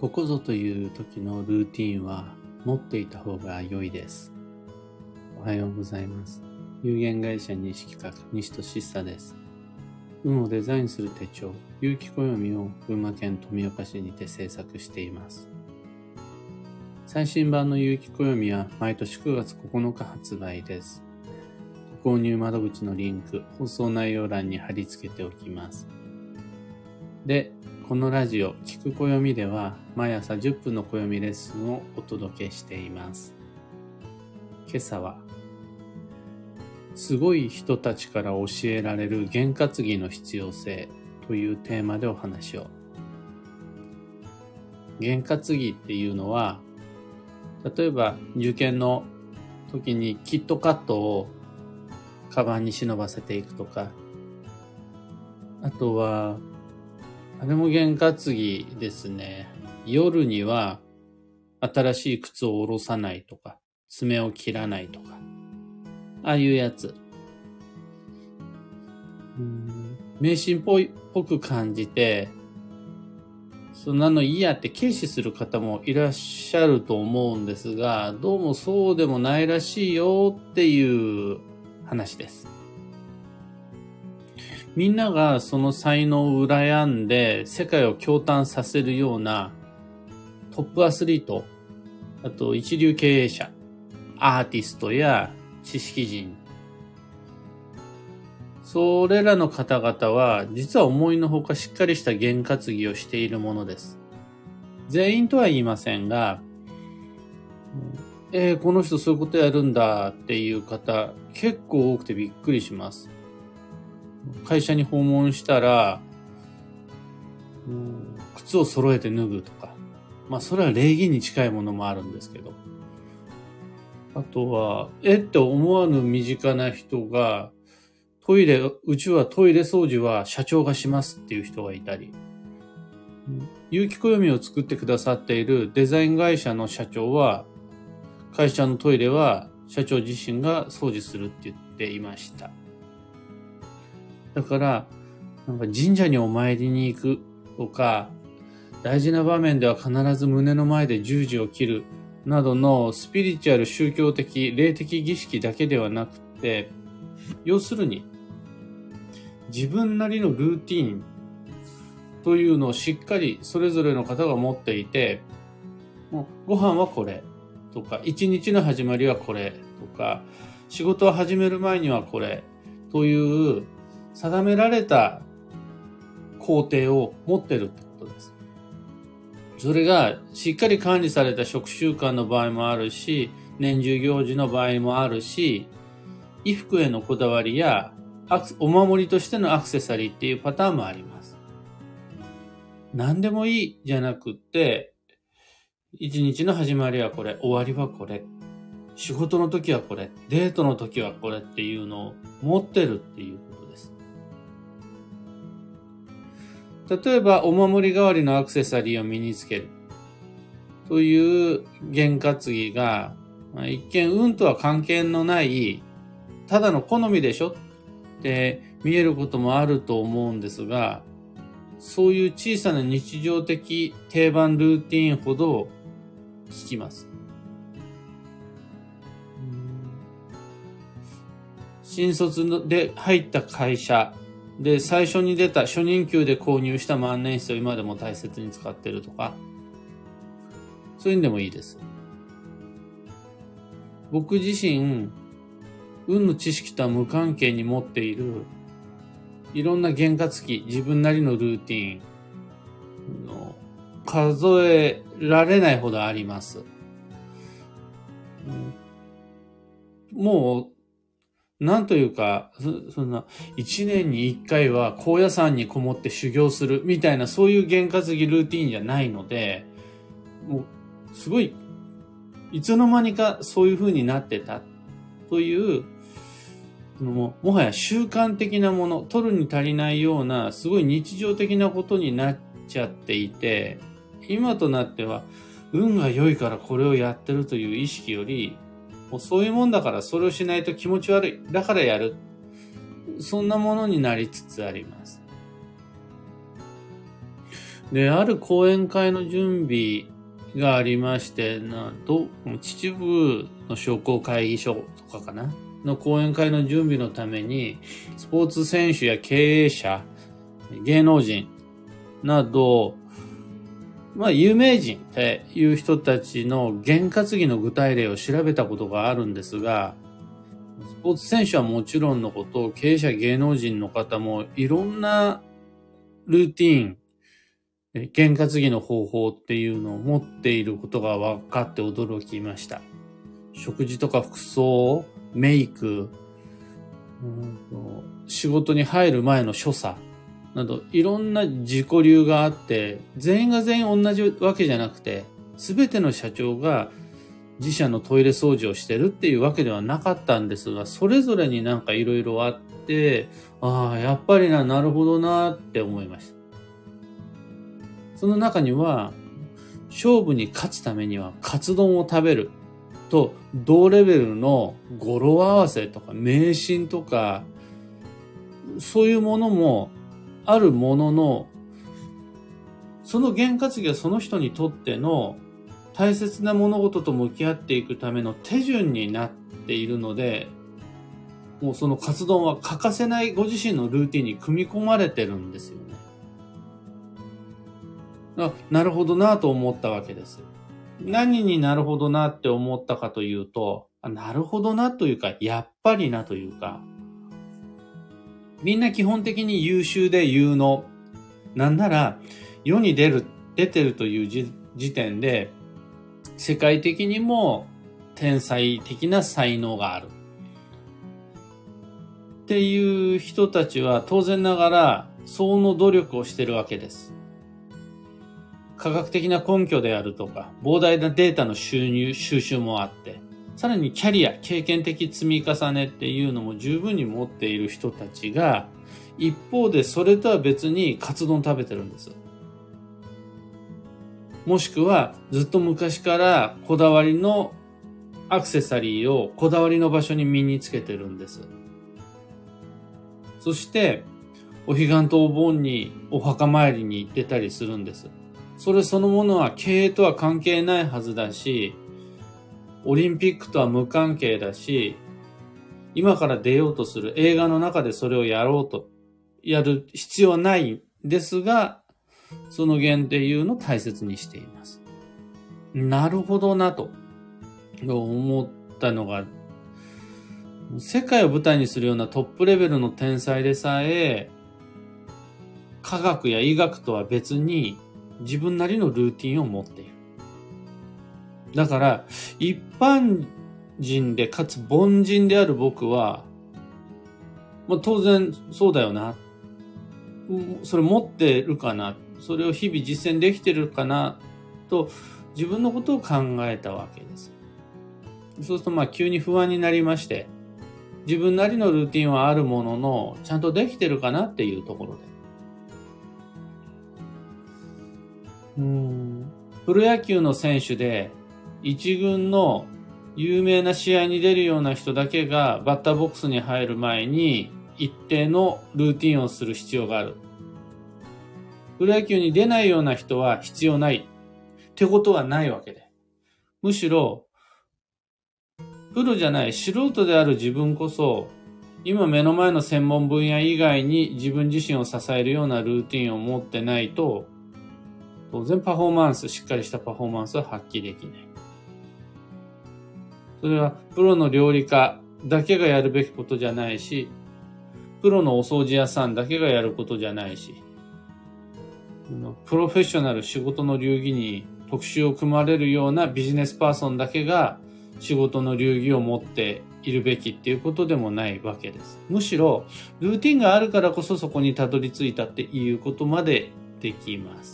ここぞという時のルーティンは持っていた方が良いです。おはようございます。有限会社西企画西俊久です。運をデザインする手帳、有機暦を群馬県富岡市にて制作しています。最新版の有機暦は毎年9月9日発売です。ご購入窓口のリンク、放送内容欄に貼り付けておきます。で、このラジオ、聞く暦では毎朝10分の暦レッスンをお届けしています。今朝は、すごい人たちから教えられる験担ぎの必要性というテーマでお話を。験担ぎっていうのは、例えば受験の時にキットカットをカバンに忍ばせていくとか、あとは、あれも験担ぎですね。夜には新しい靴を下ろさないとか、爪を切らないとか、ああいうやつ。迷信っぽく感じて、そんなのいいやって軽視する方もいらっしゃると思うんですが、どうもそうでもないらしいよっていう話です。みんながその才能を羨んで世界を驚嘆させるようなトップアスリート、あと一流経営者、アーティストや知識人、それらの方々は実は思いのほかしっかりした験担ぎをしているものです。全員とは言いませんが、この人そういうことやるんだっていう方結構多くてびっくりします。会社に訪問したら、靴を揃えて脱ぐとか、それは礼儀に近いものもあるんですけど、あとはって思わぬ身近な人がうちはトイレ掃除は社長がしますっていう人がいたり、有機暦を作ってくださっているデザイン会社の社長は、会社のトイレは社長自身が掃除するって言っていました。だから、神社にお参りに行くとか、大事な場面では必ず胸の前で十字を切るなどのスピリチュアル宗教的、霊的儀式だけではなくて、要するに自分なりのルーティーンというのをしっかりそれぞれの方が持っていて、ご飯はこれとか、一日の始まりはこれとか、仕事を始める前にはこれという定められた工程を持ってるってことです。それがしっかり管理された食習慣の場合もあるし、年中行事の場合もあるし、衣服へのこだわりやお守りとしてのアクセサリーっていうパターンもあります。何でもいいじゃなくって、一日の始まりはこれ、終わりはこれ、仕事の時はこれ、デートの時はこれっていうのを持ってるっていうことです。例えば、お守り代わりのアクセサリーを身につけるという験担ぎが、一見運とは関係のないただの好みでしょって見えることもあると思うんですが、そういう小さな日常的定番ルーティーンほど効きます。新卒で入った会社で最初に出た初任給で購入した万年筆を今でも大切に使ってるとか、そういうんでもいいです。僕自身、運の知識とは無関係に持っているいろんな験担ぎ、自分なりのルーティーンの数えられないほどあります。もうなんというか、そんな一年に一回は高野山にこもって修行するみたいなそういう験担ぎルーティーンじゃないので、もうすごいいつの間にかそういう風になってたというもはや習慣的なもの、取るに足りないようなすごい日常的なことになっちゃっていて、今となっては運が良いからこれをやってるという意識より、もうそういうもんだからそれをしないと気持ち悪い、だからやる、そんなものになりつつあります。 で、ある講演会の準備がありまして、秩父の商工会議所とかかなの講演会の準備のために、スポーツ選手や経営者、芸能人など、有名人っていう人たちの験担ぎの具体例を調べたことがあるんですが、スポーツ選手はもちろんのこと、経営者芸能人の方もいろんなルーティーン、験担ぎの方法っていうのを持っていることが分かって驚きました。食事とか服装、メイク、仕事に入る前の所作などいろんな自己流があって、全員が全員同じわけじゃなくて、すべての社長が自社のトイレ掃除をしてるっていうわけではなかったんですが、それぞれになんかいろいろあって、やっぱりなるほどなって思いました。その中には、勝負に勝つためにはカツ丼を食べると同レベルの語呂合わせとか迷信とか、そういうものもあるものの、その験担ぎはその人にとっての大切な物事と向き合っていくための手順になっているので、もうそのカツ丼は欠かせないご自身のルーティンに組み込まれてるんですよね。なるほどなと思ったわけです。何になるほどなって思ったかというと、なるほどなというか、やっぱりなというか、みんな基本的に優秀で有能。なんなら、世に出てるという時点で、世界的にも天才的な才能がある。っていう人たちは当然ながら、相応の努力をしているわけです。科学的な根拠であるとか、膨大なデータの収集もあって、さらにキャリア、経験的積み重ねっていうのも十分に持っている人たちが、一方でそれとは別にカツ丼食べてるんです。もしくはずっと昔からこだわりのアクセサリーをこだわりの場所に身につけてるんです。そしてお彼岸とお盆にお墓参りに行ってたりするんです。それそのものは経営とは関係ないはずだし、オリンピックとは無関係だし、今から出ようとする映画の中でそれをやる必要はないんですが、その限定いうのを大切にしています。なるほどなと思ったのが、世界を舞台にするようなトップレベルの天才でさえ、科学や医学とは別に自分なりのルーティンを持っている。だから、一般人でかつ凡人である僕は、当然そうだよな。それ持ってるかな。それを日々実践できてるかな。と自分のことを考えたわけです。そうすると急に不安になりまして、自分なりのルーティンはあるものの、ちゃんとできてるかなっていうところで。プロ野球の選手で一軍の有名な試合に出るような人だけがバッターボックスに入る前に一定のルーティンをする必要がある。プロ野球に出ないような人は必要ないってことはないわけで。むしろプロじゃない素人である自分こそ、今目の前の専門分野以外に自分自身を支えるようなルーティンを持ってないと、当然しっかりしたパフォーマンスは発揮できない。それはプロの料理家だけがやるべきことじゃないし、プロのお掃除屋さんだけがやることじゃないし、プロフェッショナル仕事の流儀に特集を組まれるようなビジネスパーソンだけが仕事の流儀を持っているべきっていうことでもないわけです。むしろルーティンがあるからこそそこにたどり着いたっていうことまでできます。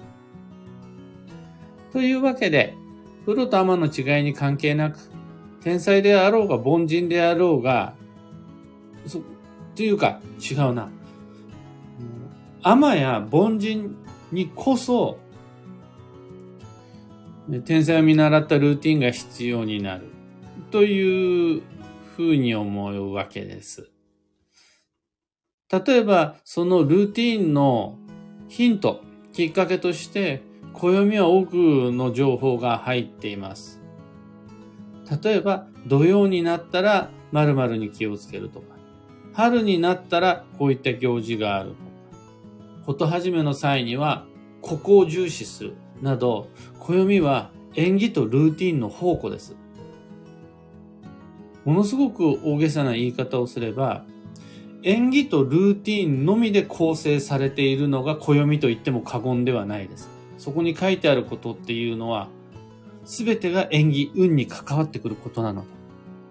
というわけで、プロとアマの違いに関係なく、天才であろうが凡人であろうが、というか違うな。アマや凡人にこそ、天才を見習ったルーティンが必要になる。というふうに思うわけです。例えば、そのルーティンのヒント、 きっかけとして、暦は多くの情報が入っています。例えば、土曜になったら〇〇に気をつけるとか、春になったらこういった行事があるとか、こと始めの際にはここを重視するなど、暦は縁起とルーティンの宝庫です。ものすごく大げさな言い方をすれば、縁起とルーティンのみで構成されているのが暦と言っても過言ではないです。そこに書いてあることっていうのは、すべてが縁起、運に関わってくることなので。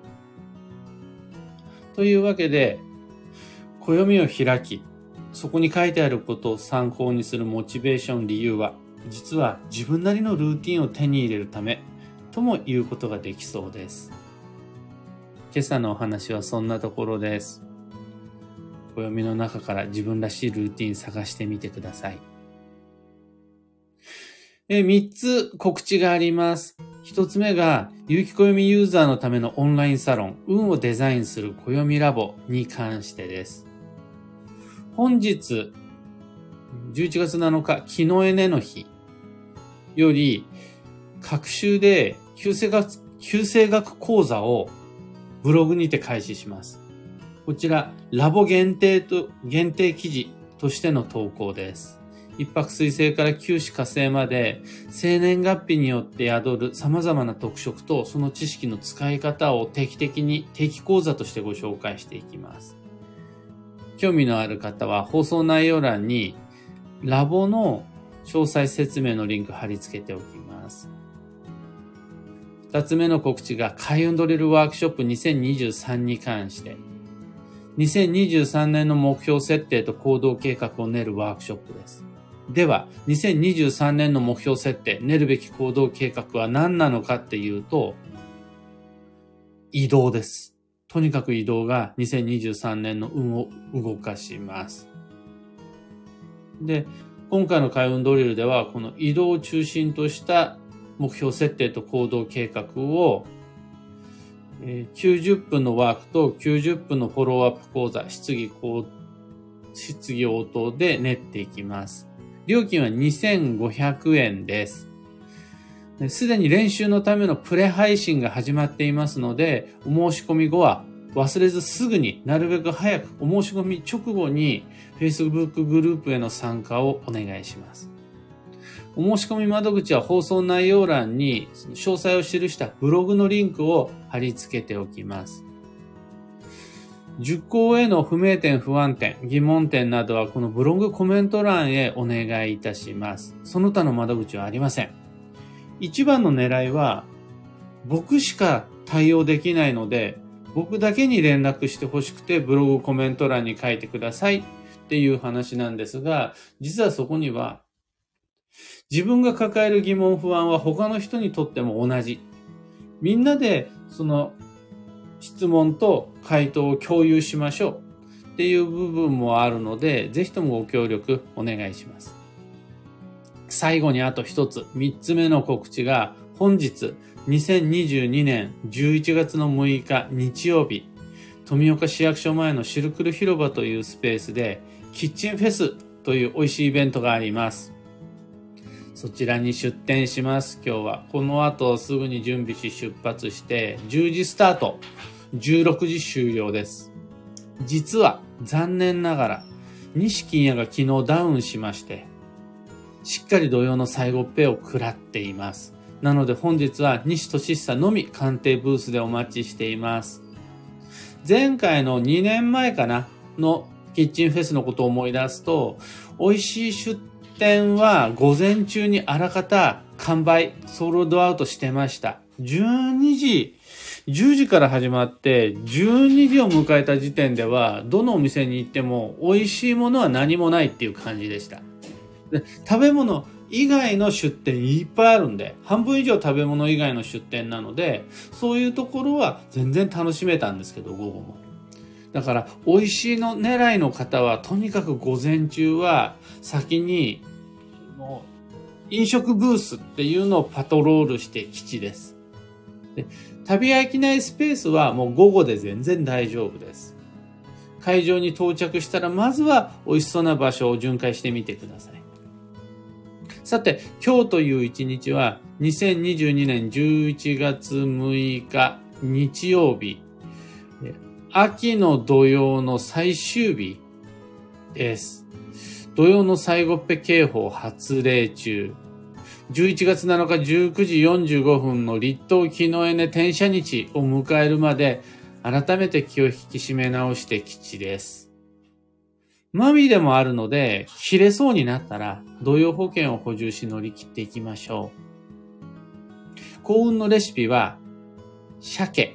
というわけで、暦を開き、そこに書いてあることを参考にするモチベーション、理由は、実は自分なりのルーティンを手に入れるためとも言うことができそうです。今朝のお話はそんなところです。暦の中から自分らしいルーティン探してみてください。3つ告知があります。1つ目が、有機暦ユーザーのためのオンラインサロン、運をデザインする暦ラボに関してです。本日、11月7日、木のエネの日より、各週で旧世学講座をブログにて開始します。こちら、ラボ限定記事としての投稿です。一泊水星から九死火星まで、生年月日によって宿る様々な特色とその知識の使い方を定期講座としてご紹介していきます。興味のある方は放送内容欄にラボの詳細説明のリンク貼り付けておきます。二つ目の告知が開運ドリルワークショップ2023に関して、2023年の目標設定と行動計画を練るワークショップです。では、2023年の目標設定、練るべき行動計画は何なのかっていうと、移動です。とにかく移動が2023年の運を動かします。で、今回の開運ドリルでは、この移動を中心とした目標設定と行動計画を90分のワークと90分のフォローアップ講座、質疑応答で練っていきます。料金は2500円です。すでに練習のためのプレ配信が始まっていますので、お申し込み後は忘れずすぐになるべく早くお申し込み直後に Facebook グループへの参加をお願いします。お申し込み窓口は放送内容欄に詳細を記したブログのリンクを貼り付けておきます。受講への不明点、不安点、疑問点などはこのブログコメント欄へお願いいたします。その他の窓口はありません。一番の狙いは僕しか対応できないので僕だけに連絡してほしくてブログコメント欄に書いてくださいっていう話なんですが、実はそこには自分が抱える疑問不安は他の人にとっても同じ。みんなでその質問と回答を共有しましょうっていう部分もあるので、ぜひともご協力お願いします。最後にあと一つ、3つ目の告知が本日2022年11月の6日日曜日、富岡市役所前のシルクル広場というスペースでキッチンフェスという美味しいイベントがあります。そちらに出店します。今日はこの後すぐに準備し出発して10時スタート、16時終了です。実は残念ながら西金谷が昨日ダウンしまして、しっかり土曜の最後っぺを食らっています。なので本日は西俊久のみ鑑定ブースでお待ちしています。前回の2年前かなのキッチンフェスのことを思い出すと、美味しい出店は午前中にあらかた完売、ソールドアウトしてました。10時から始まって12時を迎えた時点ではどのお店に行っても美味しいものは何もないっていう感じでした。で、食べ物以外の出店いっぱいあるんで、半分以上食べ物以外の出店なので、そういうところは全然楽しめたんですけど、午後も。だから美味しいの狙いの方はとにかく午前中は先にもう飲食ブースっていうのをパトロールして基地です。で、旅飽きないスペースはもう午後で全然大丈夫です。会場に到着したらまずは美味しそうな場所を巡回してみてください。 さて、今日という一日は2022年11月6日日曜日、秋の土曜の最終日です。土曜の最後っぺ警報発令中。11月7日19時45分の立冬木のエネ転写日を迎えるまで改めて気を引き締め直して吉です。マミでもあるので切れそうになったら土曜保険を補充し乗り切っていきましょう。幸運のレシピは鮭。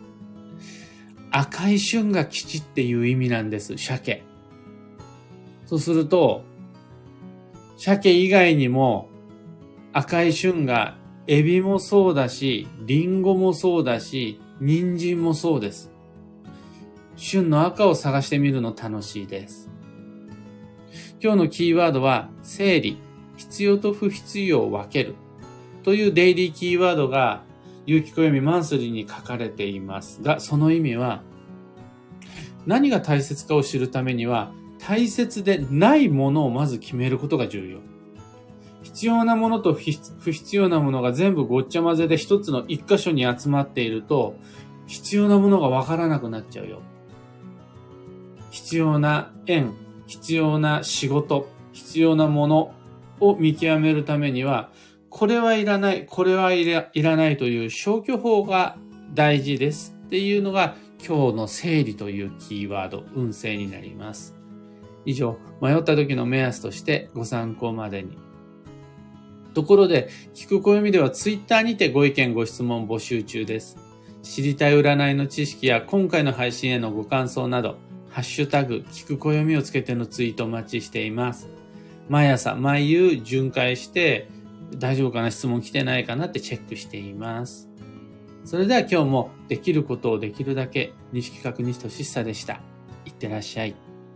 赤い春が吉っていう意味なんです、鮭。そうすると、鮭以外にも赤い春がエビもそうだし、リンゴもそうだし、人参もそうです。春の赤を探してみるの楽しいです。今日のキーワードは整理、必要と不必要を分けるというデイリーキーワードが有機暦マンスリーに書かれていますが、その意味は何が大切かを知るためには大切でないものをまず決めることが重要。必要なものと不必要なものが全部ごっちゃ混ぜで一つの一箇所に集まっていると必要なものがわからなくなっちゃうよ。必要な縁、必要な仕事、必要なものを見極めるためにはこれはいらない、これはいらないという消去法が大事ですっていうのが今日の整理というキーワード、運勢になります。以上、迷った時の目安としてご参考までに。ところで、聞く暦ではツイッターにてご意見ご質問募集中です。知りたい占いの知識や今回の配信へのご感想など、ハッシュタグ、聞く暦をつけてのツイートお待ちしています。毎朝、毎夕巡回して、大丈夫かな、質問来てないかなってチェックしています。それでは今日もできることをできるだけ、西企画西俊久でした。いってらっしゃい。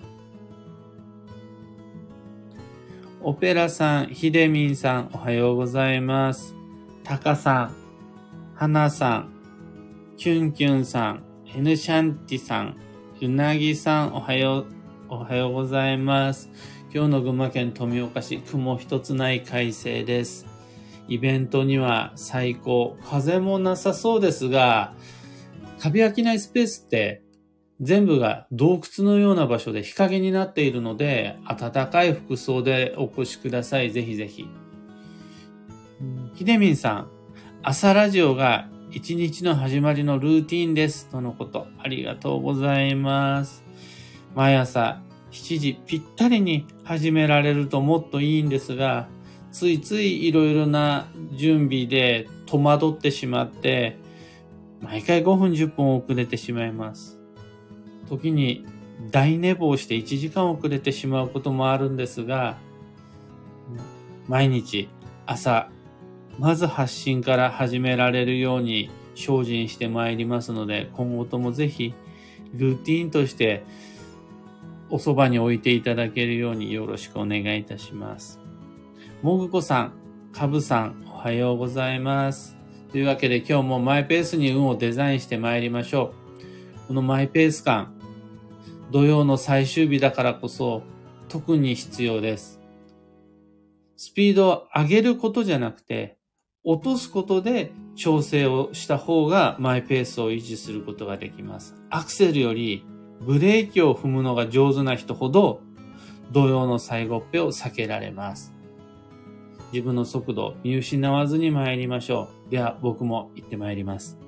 オペラさん、ひでみんさん、おはようございます。たかさん、はなさん、キュンキュンさん、エヌシャンティさん、うなぎさん、おはようございます。今日の群馬県富岡市、雲一つない快晴です。イベントには最高、風もなさそうですが、旅飽きないスペースって全部が洞窟のような場所で日陰になっているので、暖かい服装でお越しください。ぜひぜひ。ひでみんさん、朝ラジオが一日の始まりのルーティンです。とのこと。ありがとうございます。毎朝7時ぴったりに始められるともっといいんですが、ついついいろいろな準備で戸惑ってしまって、毎回5分10分遅れてしまいます。時に大寝坊して1時間遅れてしまうこともあるんですが、毎日朝、まず発信から始められるように精進してまいりますので、今後ともぜひルーティーンとしておそばに置いていただけるようによろしくお願いいたします。もぐこさん、かぶさん、おはようございます。というわけで今日もマイペースに運をデザインしてまいりましょう。このマイペース感、土曜の最終日だからこそ特に必要です。スピードを上げることじゃなくて、落とすことで調整をした方がマイペースを維持することができます。アクセルよりブレーキを踏むのが上手な人ほど土曜の最後っぺを避けられます。自分の速度を見失わずに参りましょう。では僕も行って参ります。